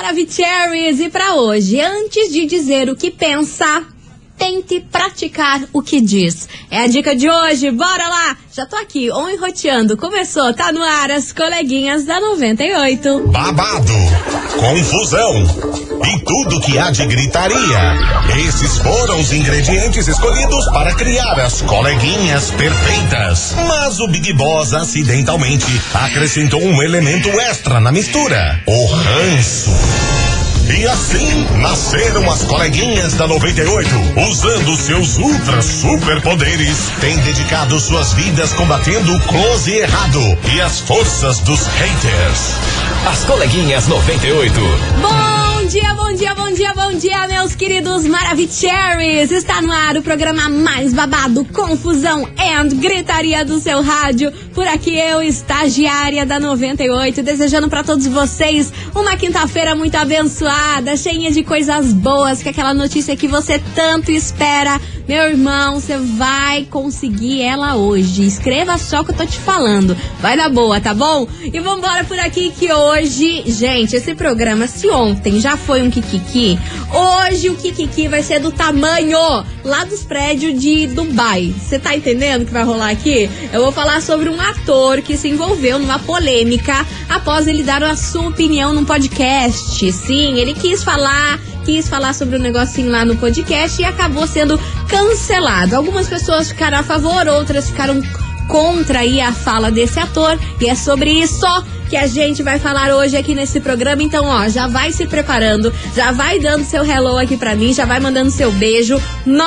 Maravicheries, e pra hoje, antes de dizer o que pensa, tente praticar o que diz. É a dica de hoje, bora lá! Já tô aqui, enroteando. Começou, tá no ar, as coleguinhas da 98. Babado, confusão e tudo que há de gritaria. Esses foram os ingredientes escolhidos para criar as coleguinhas perfeitas. Mas o Big Boss acidentalmente acrescentou um elemento extra na mistura: o ranço. E assim nasceram as coleguinhas da 98, usando seus ultra superpoderes, têm dedicado suas vidas combatendo o close e errado e as forças dos haters. As coleguinhas 98. Bom dia, bom dia, bom dia, bom dia, meus queridos Maravicheries. Está no ar o programa mais babado, confusão and gritaria do seu rádio. Por aqui eu, estagiária da 98, desejando para todos vocês uma quinta-feira muito abençoada, cheia de coisas boas, que é aquela notícia que você tanto espera. Meu irmão, você vai conseguir ela hoje. Escreva só o que eu tô te falando. Vai dar boa, tá bom? E vambora por aqui que hoje, gente, esse programa, se ontem já foi um Kikiki, hoje o Kikiki vai ser do tamanho lá dos prédios de Dubai. Você tá entendendo o que vai rolar aqui? Eu vou falar sobre um ator que se envolveu numa polêmica após ele dar a sua opinião num podcast. Sim, ele quis falar sobre o negocinho lá no podcast e acabou sendo cancelado. Algumas pessoas ficaram a favor, outras ficaram contra aí a fala desse ator, e é sobre isso que a gente vai falar hoje aqui nesse programa. Então, ó, já vai se preparando, já vai dando seu hello aqui pra mim, já vai mandando seu beijo,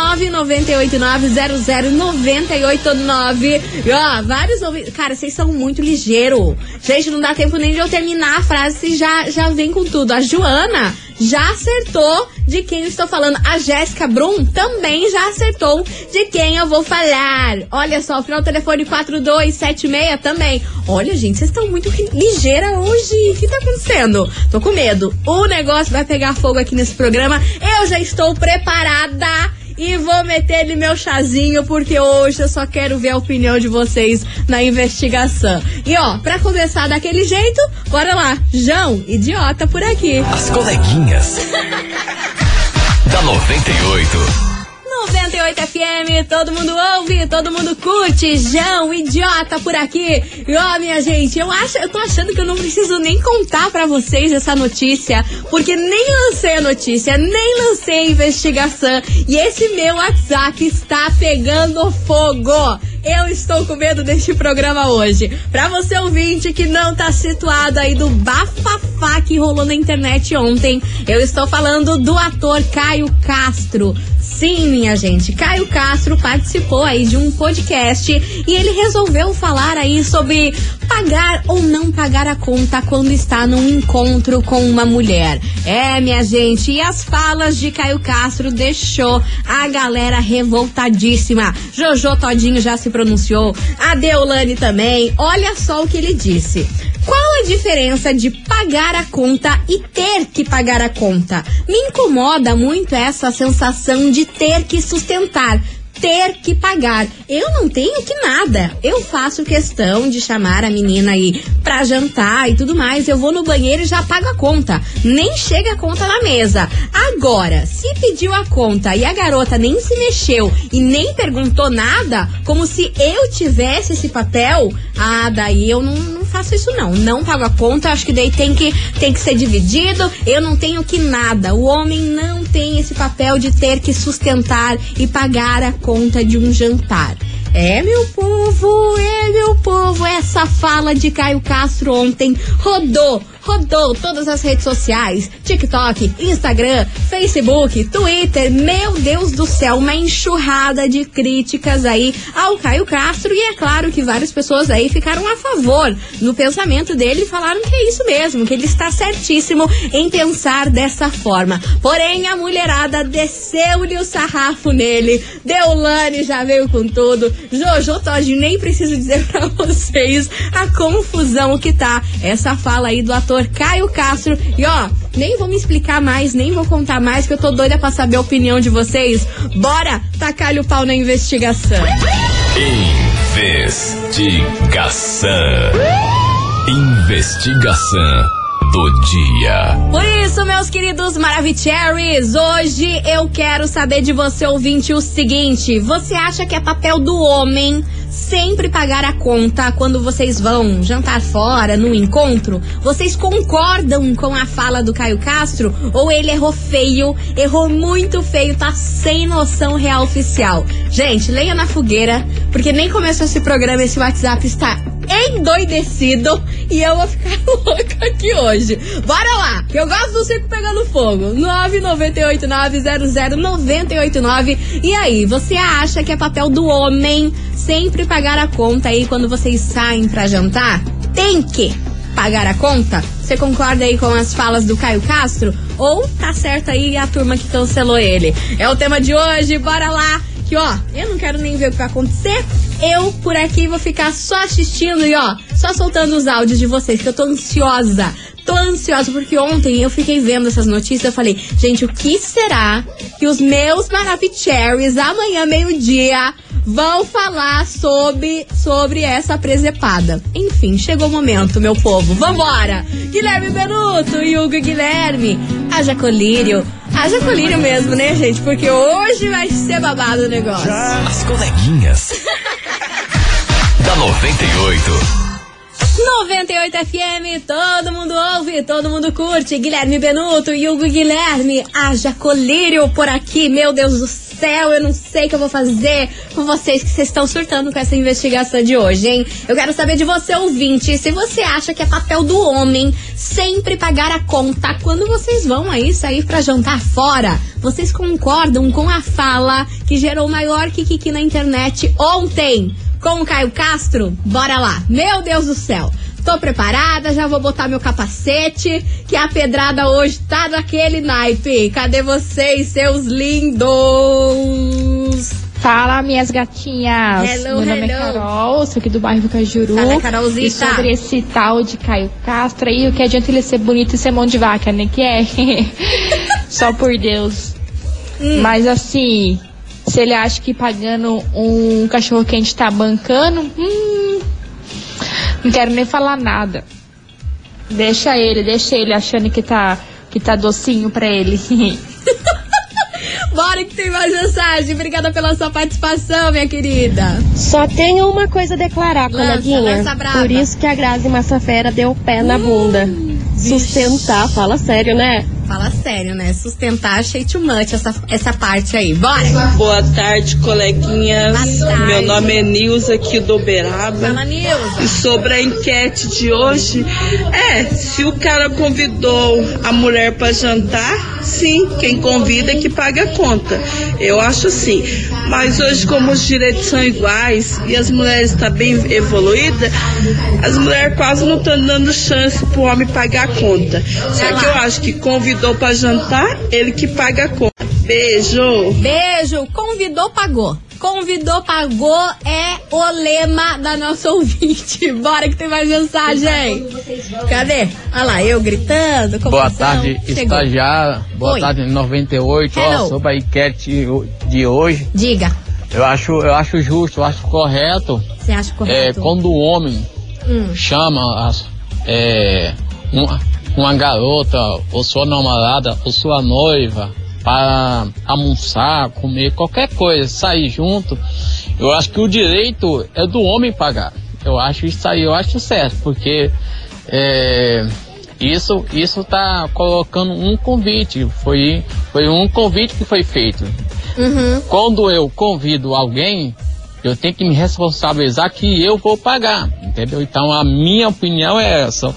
998900989. E ó, vários ouvintes, cara, vocês são muito ligeiros. Gente, não dá tempo nem de eu terminar a frase, vocês já vem com tudo. A Joana já acertou de quem eu estou falando. A Jéssica Brum também já acertou de quem eu vou falar. Olha só, o final do telefone 4276 também. Olha, gente, vocês estão muito ligeira hoje. O que tá acontecendo? Tô com medo. O negócio vai pegar fogo aqui nesse programa. Eu já estou preparada e vou meter-lhe meu chazinho, porque hoje eu só quero ver a opinião de vocês na investigação. E ó, pra começar daquele jeito, bora lá. João, idiota por aqui. As coleguinhas da 98. 98 FM, todo mundo ouve, todo mundo curte. João, idiota por aqui. E ó, minha gente, eu tô achando que eu não preciso nem contar pra vocês essa notícia, porque nem lancei a notícia, nem lancei a investigação, e esse meu WhatsApp está pegando fogo. Eu estou com medo deste programa hoje. Pra você ouvinte que não tá situado aí do bafafá que rolou na internet ontem, eu estou falando do ator Caio Castro. Sim, minha gente, Caio Castro participou aí de um podcast e ele resolveu falar aí sobre pagar ou não pagar a conta quando está num encontro com uma mulher. É, minha gente, e as falas de Caio Castro deixou a galera revoltadíssima. Jojo Todinho já se pronunciou, a Deolane também. Olha só o que ele disse. Qual a diferença de pagar a conta e ter que pagar a conta? Me incomoda muito essa sensação de ter que sustentar, ter que pagar. Eu não tenho que nada. Eu faço questão de chamar a menina aí pra jantar e tudo mais. Eu vou no banheiro e já pago a conta. Nem chega a conta na mesa. Agora, se pediu a conta e a garota nem se mexeu e nem perguntou nada, como se eu tivesse esse papel, daí eu não faço isso não. Não pago a conta, acho que daí tem que ser dividido. Eu não tenho que nada. O homem não tem esse papel de ter que sustentar e pagar a conta de um jantar. É, meu povo, essa fala de Caio Castro ontem rodou todas as redes sociais, TikTok, Instagram, Facebook, Twitter. Meu Deus do céu, uma enxurrada de críticas aí ao Caio Castro, e é claro que várias pessoas aí ficaram a favor no pensamento dele e falaram que é isso mesmo, que ele está certíssimo em pensar dessa forma. Porém, a mulherada desceu-lhe o sarrafo nele, Deolane já veio com tudo, Jojo Todinho, nem preciso dizer pra vocês a confusão que tá essa fala aí do ator Caio Castro. E ó, nem vou me explicar mais, nem vou contar mais, que eu tô doida pra saber a opinião de vocês. Bora tacar-lhe o pau na investigação. Investigação do dia. Por isso, meus queridos Maravicheries, hoje eu quero saber de você, ouvinte, o seguinte: você acha que é papel do homem sempre pagar a conta quando vocês vão jantar fora, num encontro? Vocês concordam com a fala do Caio Castro? Ou ele errou feio, errou muito feio, tá sem noção real oficial? Gente, lenha na fogueira, porque nem começou esse programa, esse WhatsApp está endoidecido e eu vou ficar louca aqui hoje. Bora lá, que eu gosto do circo pegando fogo. 998900989. E aí, você acha que é papel do homem sempre pagar a conta aí quando vocês saem pra jantar? Tem que pagar a conta? Você concorda aí com as falas do Caio Castro? Ou tá certo aí a turma que cancelou ele? É o tema de hoje, bora lá. Que ó, eu não quero nem ver o que vai acontecer. Eu, por aqui, vou ficar só assistindo e ó, só soltando os áudios de vocês, que eu tô ansiosa. Tô ansiosa, porque ontem eu fiquei vendo essas notícias, eu falei, gente, o que será que os meus Maravicheries amanhã, meio-dia, vão falar sobre essa presepada? Enfim, chegou o momento, meu povo. Vambora! Guilherme Benuto e Hugo Guilherme. Haja colírio. Haja colírio mesmo, né, gente? Porque hoje vai ser babado o negócio. As coleguinhas da 98. 98 FM, todo mundo ouve, todo mundo curte. Guilherme Benuto e Hugo Guilherme. Haja colírio por aqui, meu Deus do céu, eu não sei o que eu vou fazer com vocês, que vocês estão surtando com essa investigação de hoje, hein? Eu quero saber de você, ouvinte, se você acha que é papel do homem sempre pagar a conta quando vocês vão aí sair pra jantar fora. Vocês concordam com a fala que gerou o maior kikiki na internet ontem com o Caio Castro? Bora lá, meu Deus do céu. Tô preparada, já vou botar meu capacete, que a pedrada hoje tá daquele naipe. Cadê vocês, seus lindos? Fala, minhas gatinhas. Hello, Meu nome é Carol, sou aqui do bairro Cajuru. Fala, Carolzita. E sobre esse tal de Caio Castro aí, o que adianta ele ser bonito e ser mão de vaca, né? Que é? Só por Deus. Mas assim, se ele acha que pagando um cachorro quente tá bancando, não quero nem falar nada. Deixa ele achando que tá docinho pra ele. Bora que tem mais mensagem. Obrigada pela sua participação, minha querida. Só tenho uma coisa a declarar, coleguinha. Lança brava. Por isso que a Grazi Massafera deu o pé na bunda. Sustentar, fala sério, né? Fala sério, né? Sustentar, achei too much essa parte aí. Bora! Boa tarde, coleguinhas. Boa tarde. Meu nome é Nilza, aqui do Uberaba. Fala, Nilza. E sobre a enquete de hoje, se o cara convidou a mulher para jantar, sim, quem convida é que paga a conta. Eu acho assim. Mas hoje, como os direitos são iguais e as mulheres estão bem evoluídas, as mulheres quase não estão dando chance pro homem pagar a conta. Só que eu acho que convidou para jantar, ele que paga a conta. Beijo! Beijo! Convidou, pagou. Convidou, pagou é o lema da nossa ouvinte. Bora que tem mais mensagem. Cadê? Olha lá, eu gritando. Boa tarde, estagiária. Boa Oi. tarde, 98. Ó, sobre a enquete de hoje. Diga. Eu acho justo, eu acho correto. Você acha correto? Quando o homem chama uma garota, ou sua namorada, ou sua noiva, para almoçar, comer, qualquer coisa, sair junto, eu acho que o direito é do homem pagar. Eu acho isso aí, eu acho certo, porque isso tá colocando um convite, foi um convite que foi feito. Quando eu convido alguém, eu tenho que me responsabilizar que eu vou pagar, entendeu? Então a minha opinião é essa.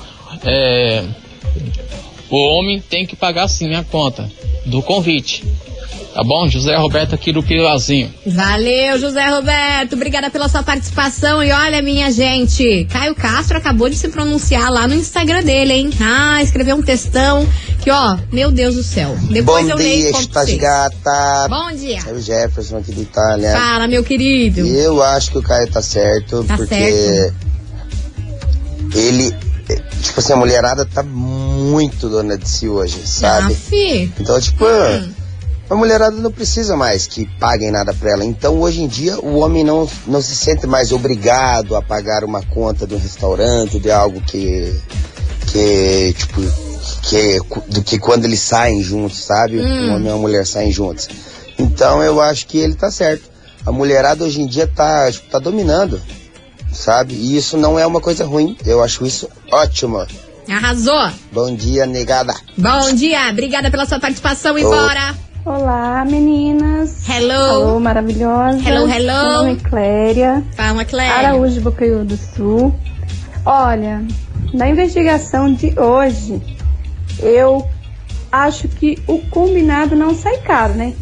O homem tem que pagar sim a conta do convite. Tá bom? José Roberto aqui do Pilazinho. Valeu, José Roberto. Obrigada pela sua participação. E olha, minha gente, Caio Castro acabou de se pronunciar lá no Instagram dele, hein? Escreveu um textão que, ó, meu Deus do céu. Depois Bom eu leio dia, e conto pra vocês. Gata. Bom dia. É o Jefferson aqui de Itália. Fala, meu querido. Eu acho que o Caio tá certo, Tá porque certo. ele, tipo assim, a mulherada tá muito dona de si hoje, sabe? Então, tipo, a mulherada não precisa mais que paguem nada pra ela. Então, hoje em dia, o homem não se sente mais obrigado a pagar uma conta de um restaurante, de algo que tipo, do que quando eles saem juntos, sabe? Um homem e uma mulher saem juntos. Então eu acho que ele tá certo. A mulherada hoje em dia tá dominando, sabe? E isso não é uma coisa ruim. Eu acho isso ótimo. Arrasou. Bom dia, negada. Bom dia. Obrigada pela sua participação e bora. Olá, meninas. Hello. Alô, maravilhosa. Hello. Meu nome é Cléria. Fala, Cléria. Araújo de Bocaiúva do Sul. Olha, na investigação de hoje, eu acho que o combinado não sai caro, né?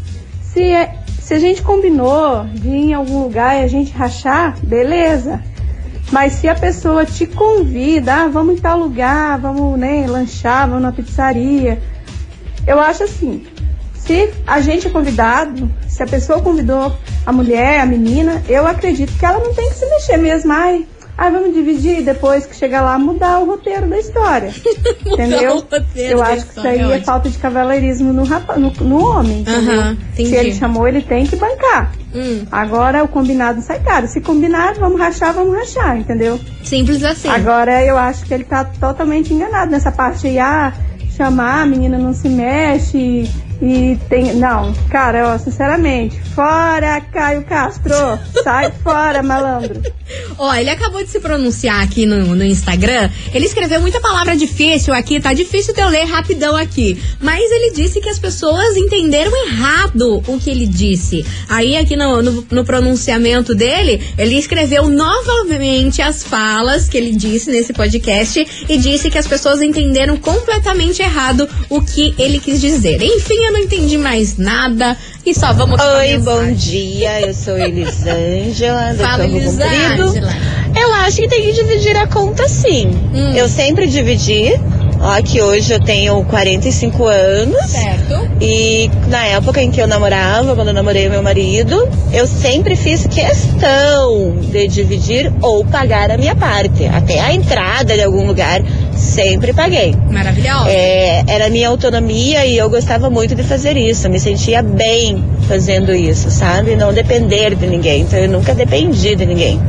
Se a gente combinou de ir em algum lugar e a gente rachar, beleza. Mas se a pessoa te convida, vamos em tal lugar, vamos, né, lanchar, vamos na pizzaria. Eu acho assim, se a gente é convidado, se a pessoa convidou a mulher, a menina, eu acredito que ela não tem que se mexer mesmo. Vamos dividir, depois que chegar lá, mudar o roteiro da história. Entendeu? Eu acho que isso aí é falta de cavalheirismo no homem, entendeu? Se ele chamou, ele tem que bancar. Agora, o combinado sai caro. Se combinado, vamos rachar, entendeu? Simples assim. Agora, eu acho que ele tá totalmente enganado nessa parte aí. Chamar, a menina não se mexe e tem... Não, cara, sinceramente, fora Caio Castro, sai fora, malandro. Ele acabou de se pronunciar aqui no Instagram, ele escreveu muita palavra difícil aqui, tá difícil de eu ler rapidão aqui, mas ele disse que as pessoas entenderam errado o que ele disse. Aí aqui no pronunciamento dele, ele escreveu novamente as falas que ele disse nesse podcast e disse que as pessoas entenderam completamente errado o que ele quis dizer. Enfim, eu não entendi mais nada e só vamos... Oi, bom dia, eu sou Elisângela do Fala, Campo Comprido. Eu acho que tem que dividir a conta, sim. Eu sempre dividi. Que hoje eu tenho 45 anos. Certo. E na época em que eu namorava, quando eu namorei o meu marido, eu sempre fiz questão de dividir ou pagar a minha parte. Até a entrada de algum lugar, sempre paguei. Maravilhosa. Era a minha autonomia e eu gostava muito de fazer isso. Eu me sentia bem fazendo isso, sabe? Não depender de ninguém. Então eu nunca dependi de ninguém.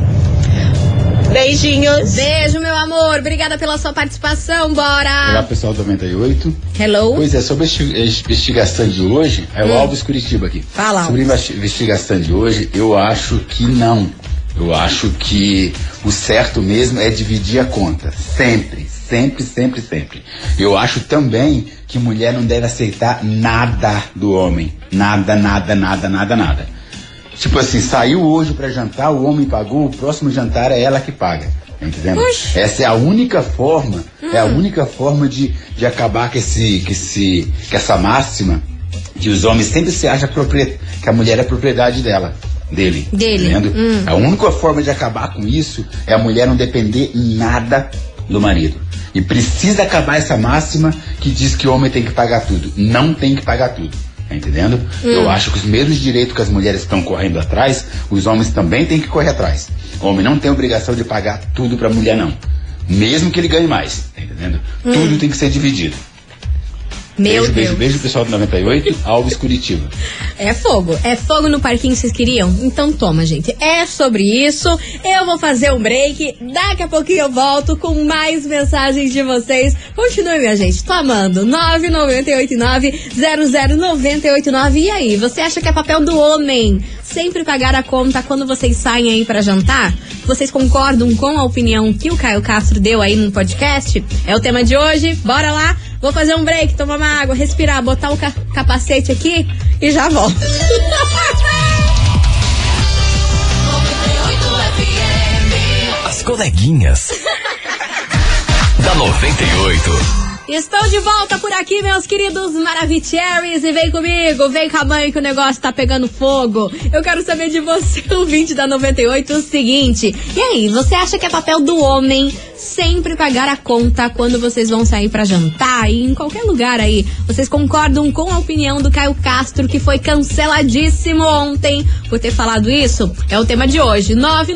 Beijinhos. Beijo, meu amor. Obrigada pela sua participação. Bora. Olá, pessoal do 98. Hello. Pois é, sobre a investigação de hoje, é o Alves Curitiba aqui. Fala. Sobre a investigação de hoje, eu acho que não. Eu acho que o certo mesmo é dividir a conta. Sempre. Eu acho também que mulher não deve aceitar nada do homem. Nada. Tipo assim, saiu hoje pra jantar, o homem pagou, o próximo jantar é ela que paga. Tá entendendo? Oxi. Essa é a única forma, de acabar com essa máxima que os homens sempre se acham que a mulher é propriedade dele. Tá entendendo? A única forma de acabar com isso é a mulher não depender nada do marido. E precisa acabar essa máxima que diz que o homem tem que pagar tudo. Não tem que pagar tudo. Tá entendendo? Eu acho que os mesmos direitos que as mulheres estão correndo atrás, os homens também têm que correr atrás. O homem não tem obrigação de pagar tudo pra mulher, não. Mesmo que ele ganhe mais. Tá entendendo? Tudo tem que ser dividido. Beijo, pessoal do 98, Alves Curitiba. É fogo no parquinho que vocês queriam? Então toma, gente, é sobre isso. Eu vou fazer um break, daqui a pouquinho eu volto com mais mensagens de vocês. Continue, minha gente, tô amando. 998900989. E aí, você acha que é papel do homem sempre pagar a conta quando vocês saem aí pra jantar? Vocês concordam com a opinião que o Caio Castro deu aí no podcast? É o tema de hoje, bora lá. Vou fazer um break, tomar uma água, respirar, botar o capacete aqui e já volto. As coleguinhas da 98. Estou de volta por aqui, meus queridos Maravicheries, e vem comigo, vem com a mãe que o negócio tá pegando fogo. Eu quero saber de você, ouvinte da 98, o seguinte: e aí, você acha que é papel do homem sempre pagar a conta quando vocês vão sair pra jantar e em qualquer lugar aí? Vocês concordam com a opinião do Caio Castro, que foi canceladíssimo ontem por ter falado isso? É o tema de hoje,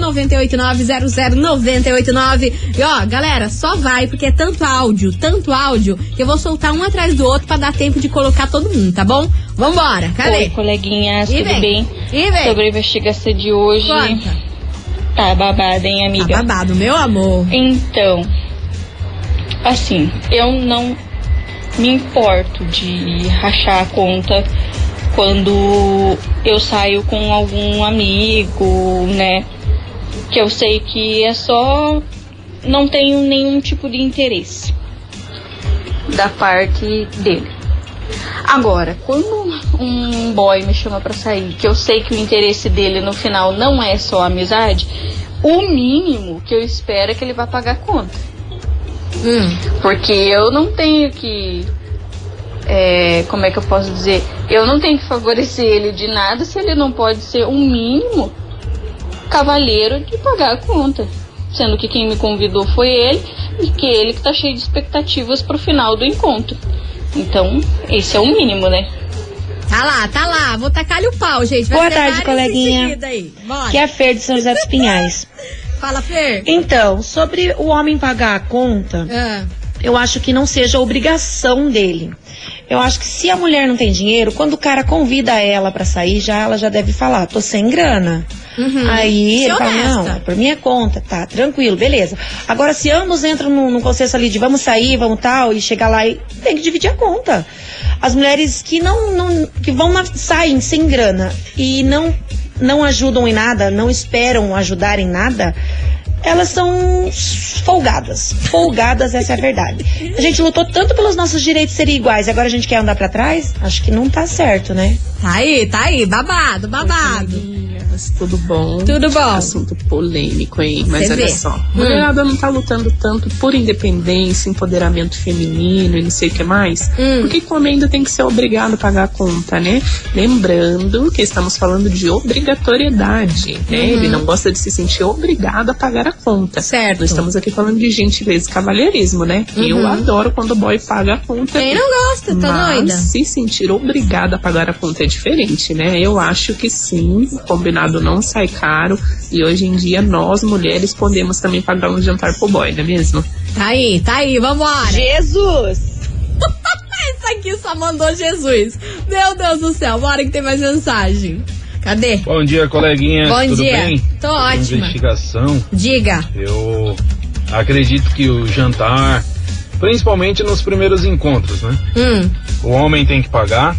998900989. E ó, galera, só vai, porque é tanto áudio, que eu vou soltar um atrás do outro pra dar tempo de colocar todo mundo, tá bom? Vambora, cadê? Oi, coleguinhas, tudo bem? E vem? Sobre a investigação de hoje. Conta. Tá babado, hein, amiga? Tá babado, meu amor. Então, assim, eu não me importo de rachar a conta quando eu saio com algum amigo, né? Que eu sei que é só... não tenho nenhum tipo de interesse da parte dele. Agora, quando um boy me chama pra sair, que eu sei que o interesse dele no final não é só amizade, o mínimo que eu espero é que ele vá pagar a conta. Porque eu não tenho que... como é que eu posso dizer? Eu não tenho que favorecer ele de nada se ele não pode ser um mínimo cavalheiro de pagar a conta. Sendo que quem me convidou foi ele, e que ele que tá cheio de expectativas pro final do encontro. Então, esse é o mínimo, né? Tá lá, vou tacar-lhe o pau, gente. Boa tarde, coleguinha. Que é a Fer de São José dos Pinhais. Fala, Fer. Então, sobre o homem pagar a conta, eu acho que não seja obrigação dele. Eu acho que se a mulher não tem dinheiro, quando o cara convida ela pra sair, ela já deve falar, tô sem grana. Aí ele fala, não, é por minha conta, tá, tranquilo, beleza. Agora, se ambos entram num consenso ali de vamos sair, vamos tal, e chegar lá e tem que dividir a conta. As mulheres que saem sem grana e não ajudam em nada, não esperam ajudar em nada, elas são folgadas. Folgadas, essa é a verdade. A gente lutou tanto pelos nossos direitos serem iguais e agora a gente quer andar pra trás? Acho que não tá certo, né? Tá aí, babado. Tudo bom? Tudo bom. Assunto polêmico, hein? Mas olha só, mulherada não tá lutando tanto por independência, empoderamento feminino e não sei o que mais. Por que o homem ainda tem que ser obrigado a pagar a conta, né? Lembrando que estamos falando de obrigatoriedade, né? Ele não gosta de se sentir obrigado a pagar a conta. Certo. Nós estamos aqui falando de gentileza e cavalheirismo, né? Eu adoro quando o boy paga a conta. Quem não gosta, tá doida? Mas se sentir obrigado a pagar a conta é diferente, né? Eu acho que sim, combinado não sai caro, e hoje em dia nós mulheres podemos também pagar um jantar pro boy, não é mesmo? Tá aí, vambora. Jesus! Isso aqui só mandou Jesus. Meu Deus do céu, bora que tem mais mensagem. Cadê? Bom dia, coleguinha. Bom dia. Bem? Tô ótima. Investigação. Diga. Eu acredito que o jantar, principalmente nos primeiros encontros, né? O homem tem que pagar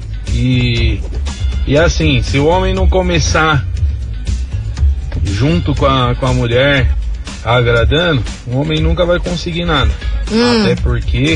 e assim, se o homem não começar junto com a mulher agradando, o homem nunca vai conseguir nada. Até porque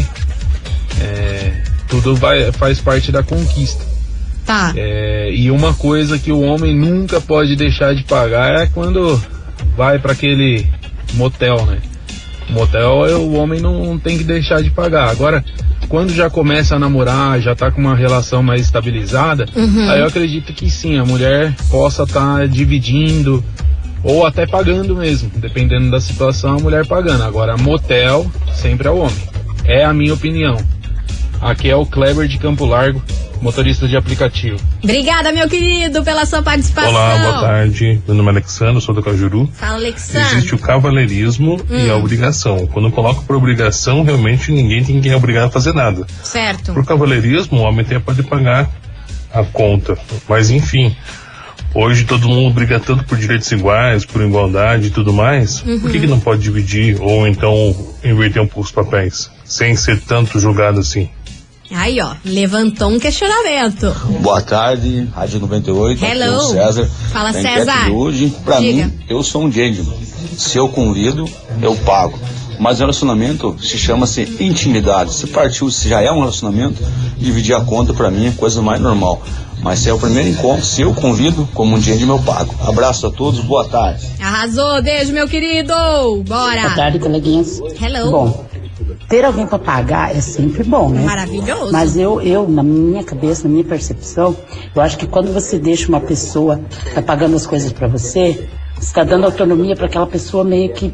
tudo faz parte da conquista. Tá. E uma coisa que o homem nunca pode deixar de pagar é quando vai para aquele motel, né? Motel, o homem não tem que deixar de pagar. Agora, quando já começa a namorar, já tá com uma relação mais estabilizada, aí eu acredito que sim, a mulher possa estar dividindo ou até pagando mesmo, dependendo da situação, a mulher pagando. Agora, motel sempre é o homem. É a minha opinião. Aqui é o Kleber de Campo Largo, motorista de aplicativo. Obrigada, meu querido, pela sua participação. Olá, boa tarde. Meu nome é Alexandre, sou do Cajuru. Fala, Alexandre. Existe o cavalheirismo e a obrigação. Quando eu coloco por obrigação, realmente ninguém é obrigado a fazer nada. Certo. Por cavalheirismo, o homem pode pagar a conta. Mas, enfim, hoje todo mundo briga tanto por direitos iguais, por igualdade e tudo mais. Por que não pode dividir ou então inverter um pouco os papéis, sem ser tanto julgado assim? Aí, ó, levantou um questionamento. Boa tarde, Rádio 98. Hello. Aqui é o César. Fala, da César. De hoje, pra Diga. mim, eu sou um gentleman. Se eu convido, eu pago. Mas relacionamento chama-se intimidade. Se partiu, se já é um relacionamento, dividir a conta pra mim é coisa mais normal. Mas se é o primeiro encontro, se eu convido, como um gentleman eu pago. Abraço a todos, boa tarde. Arrasou, beijo, meu querido. Bora. Boa tarde, coleguinhas. Hello. Bom, ter alguém para pagar é sempre bom, né? Maravilhoso. Mas eu, na minha cabeça, na minha percepção, eu acho que quando você deixa uma pessoa tá pagando as coisas para você está dando autonomia para aquela pessoa meio que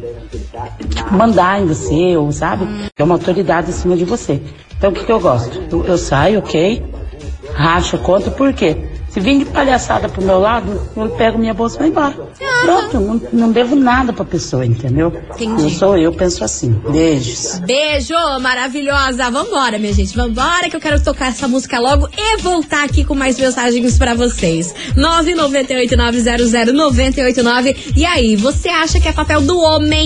mandar em você, ou sabe? É uma autoridade em cima de você. Então o que eu gosto? Eu saio, ok, racho a conta, por quê? Se vir de palhaçada pro meu lado, eu pego minha bolsa e vou embora. Pronto, não devo nada pra pessoa, entendeu? Entendi. Eu penso assim. Beijos. Beijo, maravilhosa. Vambora, minha gente. Vambora que eu quero tocar essa música logo e voltar aqui com mais mensagens pra vocês. 998-900-989. E aí, você acha que é papel do homem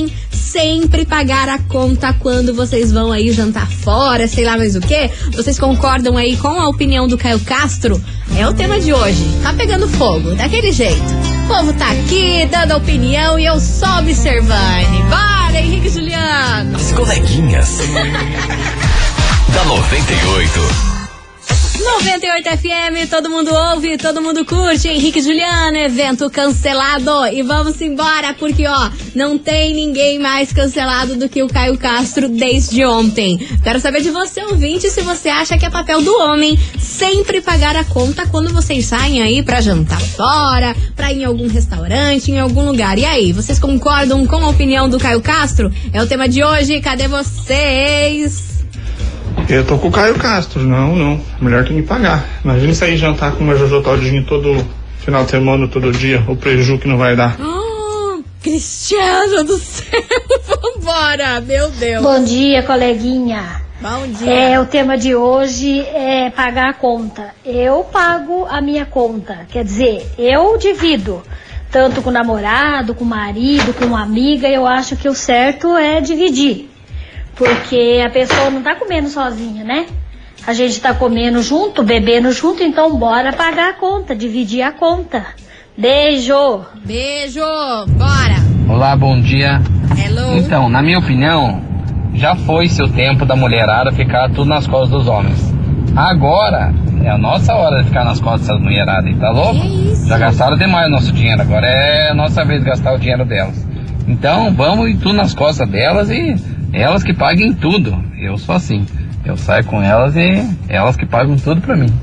sempre pagar a conta quando vocês vão aí jantar fora, sei lá mais o que. Vocês concordam aí com a opinião do Caio Castro? É o tema de hoje. Tá pegando fogo, daquele jeito. O povo tá aqui dando a opinião e eu só observando. Bora, Henrique e Juliano. As coleguinhas da 98. 98 FM, todo mundo ouve, todo mundo curte. Henrique e Juliano, evento cancelado. E vamos embora, porque ó, não tem ninguém mais cancelado do que o Caio Castro desde ontem. Quero saber de você, ouvinte, se você acha que é papel do homem sempre pagar a conta quando vocês saem aí pra jantar fora, pra ir em algum restaurante, em algum lugar. E aí, vocês concordam com a opinião do Caio Castro? É o tema de hoje, cadê vocês? Eu tô com o Caio Castro, não. Melhor tem que pagar. Imagina sair jantar com uma Jojo Todinho todo final de semana, todo dia, o preju que não vai dar. Cristiano do céu, vambora, meu Deus. Bom dia, coleguinha. Bom dia. O tema de hoje é pagar a conta. Eu pago a minha conta, quer dizer, eu divido. Tanto com o namorado, com o marido, com uma amiga, eu acho que o certo é dividir. Porque a pessoa não tá comendo sozinha, né? A gente tá comendo junto, bebendo junto, então bora pagar a conta, dividir a conta. Beijo! Beijo! Bora! Olá, bom dia. Hello. Então, na minha opinião, já foi seu tempo da mulherada ficar tudo nas costas dos homens. Agora é a nossa hora de ficar nas costas dessas mulheradas aí, tá louco? Já gastaram demais o nosso dinheiro, agora é a nossa vez de gastar o dinheiro delas. Então, vamos ir tudo nas costas delas e elas que paguem tudo. Eu sou assim. Eu saio com elas e elas que pagam tudo pra mim.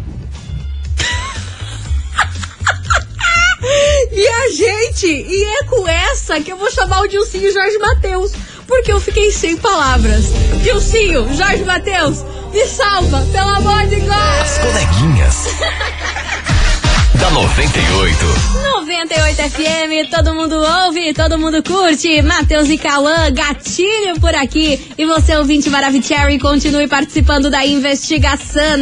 E é com essa que eu vou chamar o Dilcinho Jorge Mateus, porque eu fiquei sem palavras. Dilcinho Jorge Mateus, me salva, pelo amor de Deus. As coleguinhas da 98. 98 FM, todo mundo ouve, todo mundo curte. Matheus e Cauã, gatilho por aqui. E você, ouvinte Maravicherry, continue participando da investigação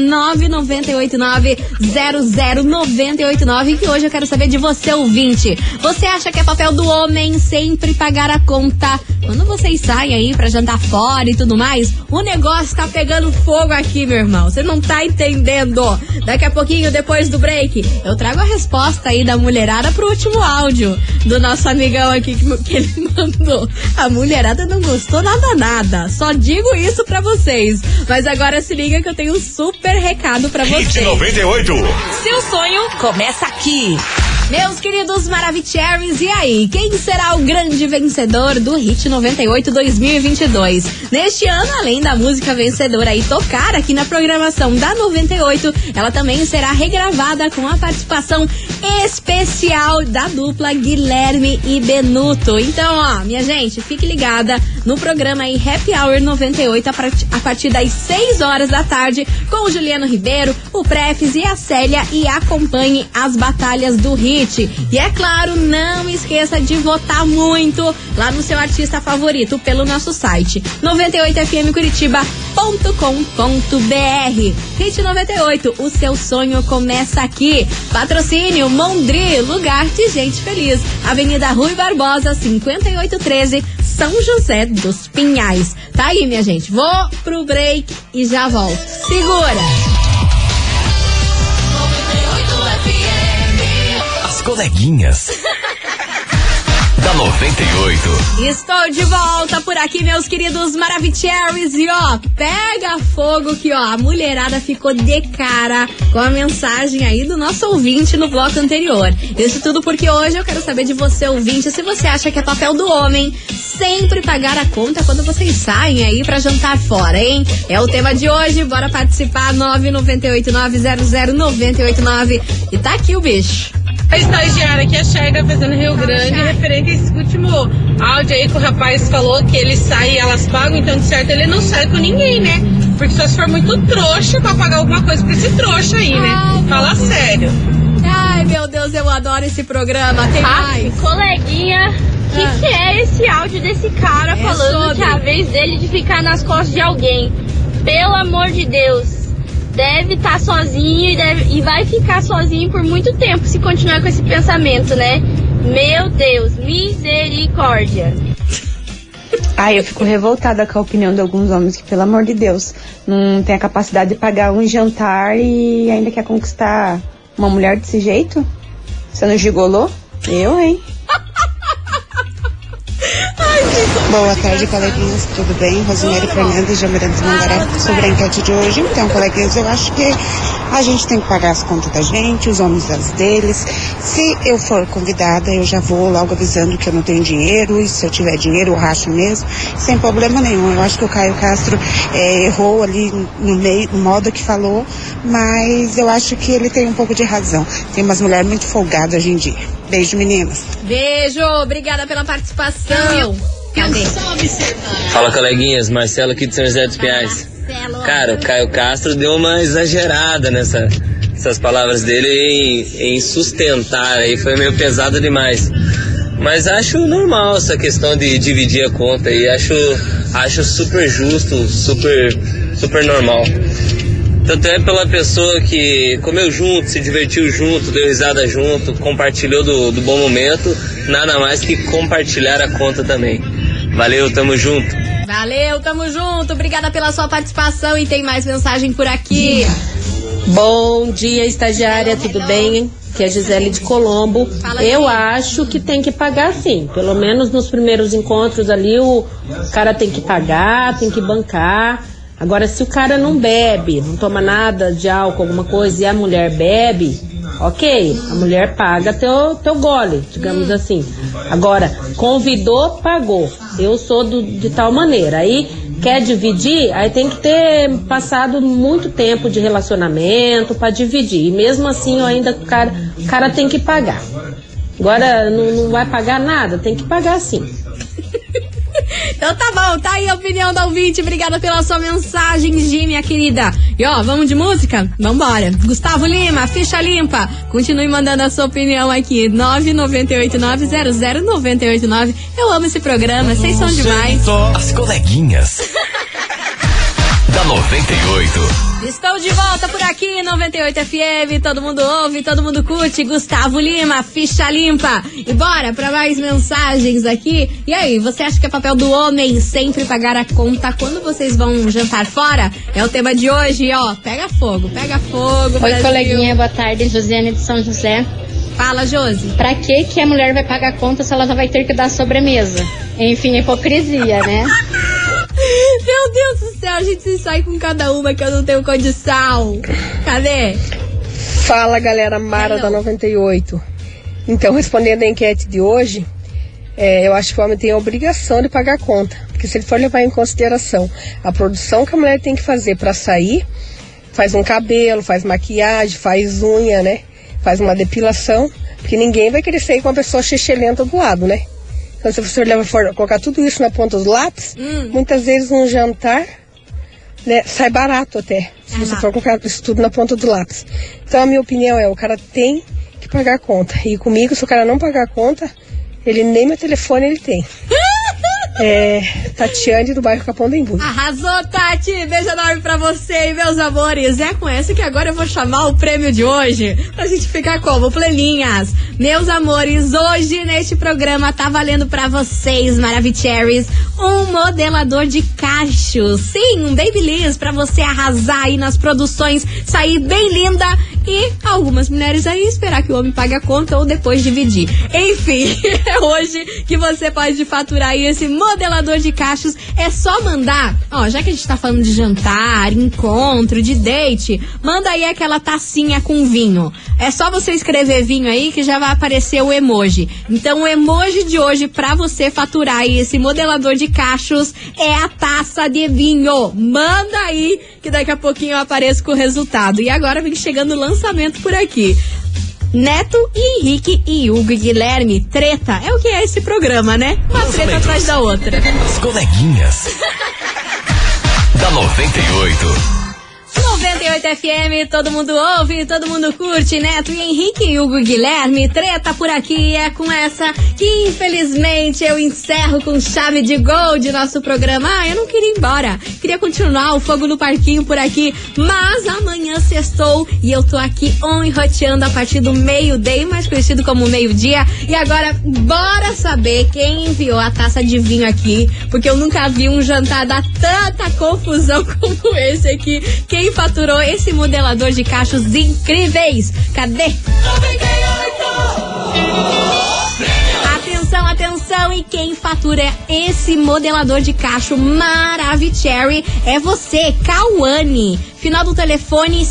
998900989, que hoje eu quero saber de você, ouvinte. Você acha que é papel do homem sempre pagar a conta quando vocês saem aí pra jantar fora e tudo mais? O negócio tá pegando fogo aqui, meu irmão. Você não tá entendendo. Daqui a pouquinho, depois do break, eu trago a resposta aí da mulherada pro último áudio do nosso amigão aqui que ele mandou. A mulherada não gostou nada. Só digo isso pra vocês. Mas agora se liga que eu tenho um super recado pra vocês. Hit 98. Seu sonho começa aqui. Meus queridos Maravicheries, e aí? Quem será o grande vencedor do Hit 98 2022? Neste ano, além da música vencedora aí tocar aqui na programação da 98, ela também será regravada com a participação especial da dupla Guilherme e Benuto. Então, ó, minha gente, fique ligada no programa aí Happy Hour 98 a partir das 6 horas da tarde com o Juliano Ribeiro, o Prefis e a Célia, e acompanhe as batalhas do Hit. E é claro, não esqueça de votar muito lá no seu artista favorito pelo nosso site 98fmcuritiba.com.br. Hit 98, o seu sonho começa aqui. Patrocínio Mondri, lugar de gente feliz. Avenida Rui Barbosa, 5813, São José dos Pinhais. Tá aí, minha gente. Vou pro break e já volto. Segura! Coleguinhas da 98. Estou de volta por aqui, meus queridos Maravicheries. E ó, pega fogo que ó, a mulherada ficou de cara com a mensagem aí do nosso ouvinte no bloco anterior. Isso tudo porque hoje eu quero saber de você, ouvinte, se você acha que é papel do homem sempre pagar a conta quando vocês saem aí pra jantar fora, hein? É o tema de hoje, bora participar, 998900989. E tá aqui o bicho. A estagiária que é Xerga fazendo Rio Grande, referente a esse último áudio aí que o rapaz falou que ele sai e elas pagam, então de certo ele não sai com ninguém, né? Porque só se for muito trouxa pra pagar alguma coisa pra esse trouxa aí, né? Fala sério. Ai, meu Deus, eu adoro esse programa. Tem mais. Coleguinha, o que é esse áudio desse cara falando que é a vez dele de ficar nas costas de alguém? Pelo amor de Deus. Deve estar sozinho e vai ficar sozinho por muito tempo se continuar com esse pensamento, né? Meu Deus, misericórdia. Eu fico revoltada com a opinião de alguns homens que, pelo amor de Deus, não tem a capacidade de pagar um jantar e ainda quer conquistar uma mulher desse jeito? Sendo gigolô? Eu, hein? Boa tarde, coleguinhas, tudo bem? Rosemary Fernandes, de Almirante Mangaré, sobre a enquete de hoje. Então, coleguinhas, eu acho que a gente tem que pagar as contas da gente, os homens as deles. Se eu for convidada, eu já vou logo avisando que eu não tenho dinheiro, e se eu tiver dinheiro, eu racho mesmo, sem problema nenhum. Eu acho que o Caio Castro errou ali no modo que falou, mas eu acho que ele tem um pouco de razão. Tem umas mulheres muito folgadas hoje em dia. Beijo, meninas. Beijo, obrigada pela participação. Cadê? Fala, coleguinhas, Marcelo aqui de São José dos Pinhais. Cara, o Caio Castro deu uma exagerada nessas palavras dele em sustentar, aí foi meio pesado demais. Mas acho normal essa questão de dividir a conta e acho super justo, super normal. Tanto é pela pessoa que comeu junto, se divertiu junto, deu risada junto, compartilhou do bom momento, nada mais que compartilhar a conta também. Valeu, tamo junto. Valeu, tamo junto, obrigada pela sua participação e tem mais mensagem por aqui. Bom dia, estagiária, tudo bem? Que é a Gisele de Colombo. Eu acho que tem que pagar sim, pelo menos nos primeiros encontros ali o cara tem que pagar, tem que bancar. Agora, se o cara não bebe, não toma nada de álcool, alguma coisa, e a mulher bebe, ok, a mulher paga teu gole, digamos assim. Agora, convidou, pagou. Eu sou de tal maneira. Aí, quer dividir, aí tem que ter passado muito tempo de relacionamento para dividir. E mesmo assim, o cara tem que pagar. Agora, não vai pagar nada, tem que pagar sim. Então tá bom, tá aí a opinião da ouvinte. Obrigada pela sua mensagem, Gi, minha querida. E ó, vamos de música? Vambora. Gustavo Lima, Ficha Limpa. Continue mandando a sua opinião aqui. 998900989. Eu amo esse programa, vocês são demais. As coleguinhas da 98. Estou de volta por aqui, 98 FM, todo mundo ouve, todo mundo curte. Gustavo Lima, Ficha Limpa. E bora pra mais mensagens aqui. E aí, você acha que é papel do homem sempre pagar a conta quando vocês vão jantar fora? É o tema de hoje, ó. Pega fogo, Oi, Brasil. coleguinha, boa tarde, Josiane de São José. Fala, Josi. Pra que a mulher vai pagar a conta se ela já vai ter que dar sobremesa? Enfim, hipocrisia, né? Meu Deus do céu, a gente se sai com cada uma que eu não tenho condição. Cadê? Fala, galera, Mara da 98. Então, respondendo a enquete de hoje, eu acho que o homem tem a obrigação de pagar a conta. Porque se ele for levar em consideração a produção que a mulher tem que fazer para sair, faz um cabelo, faz maquiagem, faz unha, né? Faz uma depilação, porque ninguém vai querer sair com uma pessoa xixelenta do lado, né? Então, se você for colocar tudo isso na ponta do lápis, muitas vezes um jantar, né, sai barato até, se você for colocar isso tudo na ponta do lápis. Então, a minha opinião o cara tem que pagar a conta. E comigo, se o cara não pagar a conta, ele nem meu telefone ele tem. Tatiane do bairro Capão do Embu. Arrasou, Tati! Beijo enorme pra você e meus amores. É com essa que agora eu vou chamar o prêmio de hoje pra gente ficar como? Pleninhas. Meus amores, hoje neste programa tá valendo pra vocês, Maravicheries, um modelador de cachos. Sim, um Babyliss pra você arrasar aí nas produções, sair bem linda e algumas mulheres aí esperar que o homem pague a conta ou depois dividir. Enfim, é hoje que você pode faturar aí esse modelador de cachos. É só mandar, ó, já que a gente tá falando de jantar, encontro, de date, manda aí aquela tacinha com vinho. É só você escrever vinho aí que já vai aparecer o emoji. Então o emoji de hoje pra você faturar aí esse modelador de cachos é a taça de vinho. Manda aí que daqui a pouquinho eu apareço com o resultado. E agora vem chegando o lançamento por aqui. Neto e Henrique e Hugo e Guilherme, treta. É o que é esse programa, né? Uma treta atrás da outra. As coleguinhas da 98. 98 FM, todo mundo ouve, todo mundo curte, Neto e Henrique e Hugo Guilherme, treta por aqui, é com essa que infelizmente eu encerro com chave de gol de nosso programa. Eu não queria ir embora, queria continuar o fogo no parquinho por aqui, mas amanhã sextou e eu tô aqui enroteando a partir do meio-dia, mais conhecido como meio-dia, e agora bora saber quem enviou a taça de vinho aqui, porque eu nunca vi um jantar dar tanta confusão como esse aqui. Quem faturou esse modelador de cachos incríveis? Cadê? 98! Atenção, atenção! E quem fatura esse modelador de cacho Maravicherry é você, Cauane. Final do telefone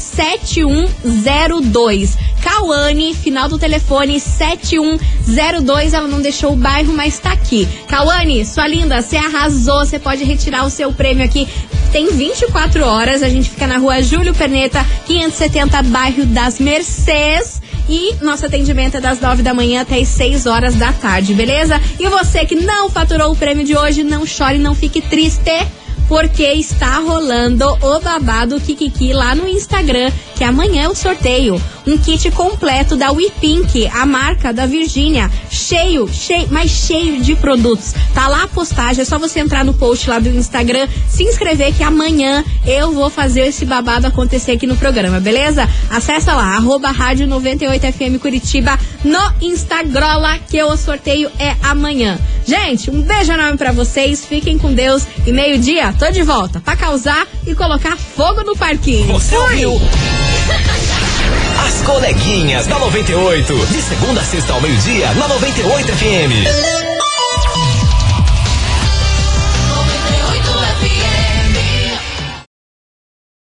7102. Cauane, final do telefone 7102. Ela não deixou o bairro, mas tá aqui. Cauane, sua linda, você arrasou. Você pode retirar o seu prêmio aqui. Tem 24 horas. A gente fica na rua Júlio Perneta, 570, bairro das Mercês. E nosso atendimento é das 9 da manhã até as 6 horas da tarde, beleza? E você que não faturou o prêmio de hoje, não chore, não fique triste, porque está rolando o babado Kikiki lá no Instagram, que amanhã é o sorteio. Um kit completo da We Pink, a marca da Virgínia, cheio de produtos. Tá lá a postagem, é só você entrar no post lá do Instagram, se inscrever que amanhã eu vou fazer esse babado acontecer aqui no programa, beleza? Acessa lá, @Rádio 98FM Curitiba no Instagram, que o sorteio é amanhã. Gente, um beijo enorme pra vocês, fiquem com Deus e meio-dia tô de volta pra causar e colocar fogo no parquinho. Você ouviu? As coleguinhas da 98, de segunda a sexta ao meio-dia, na 98 FM.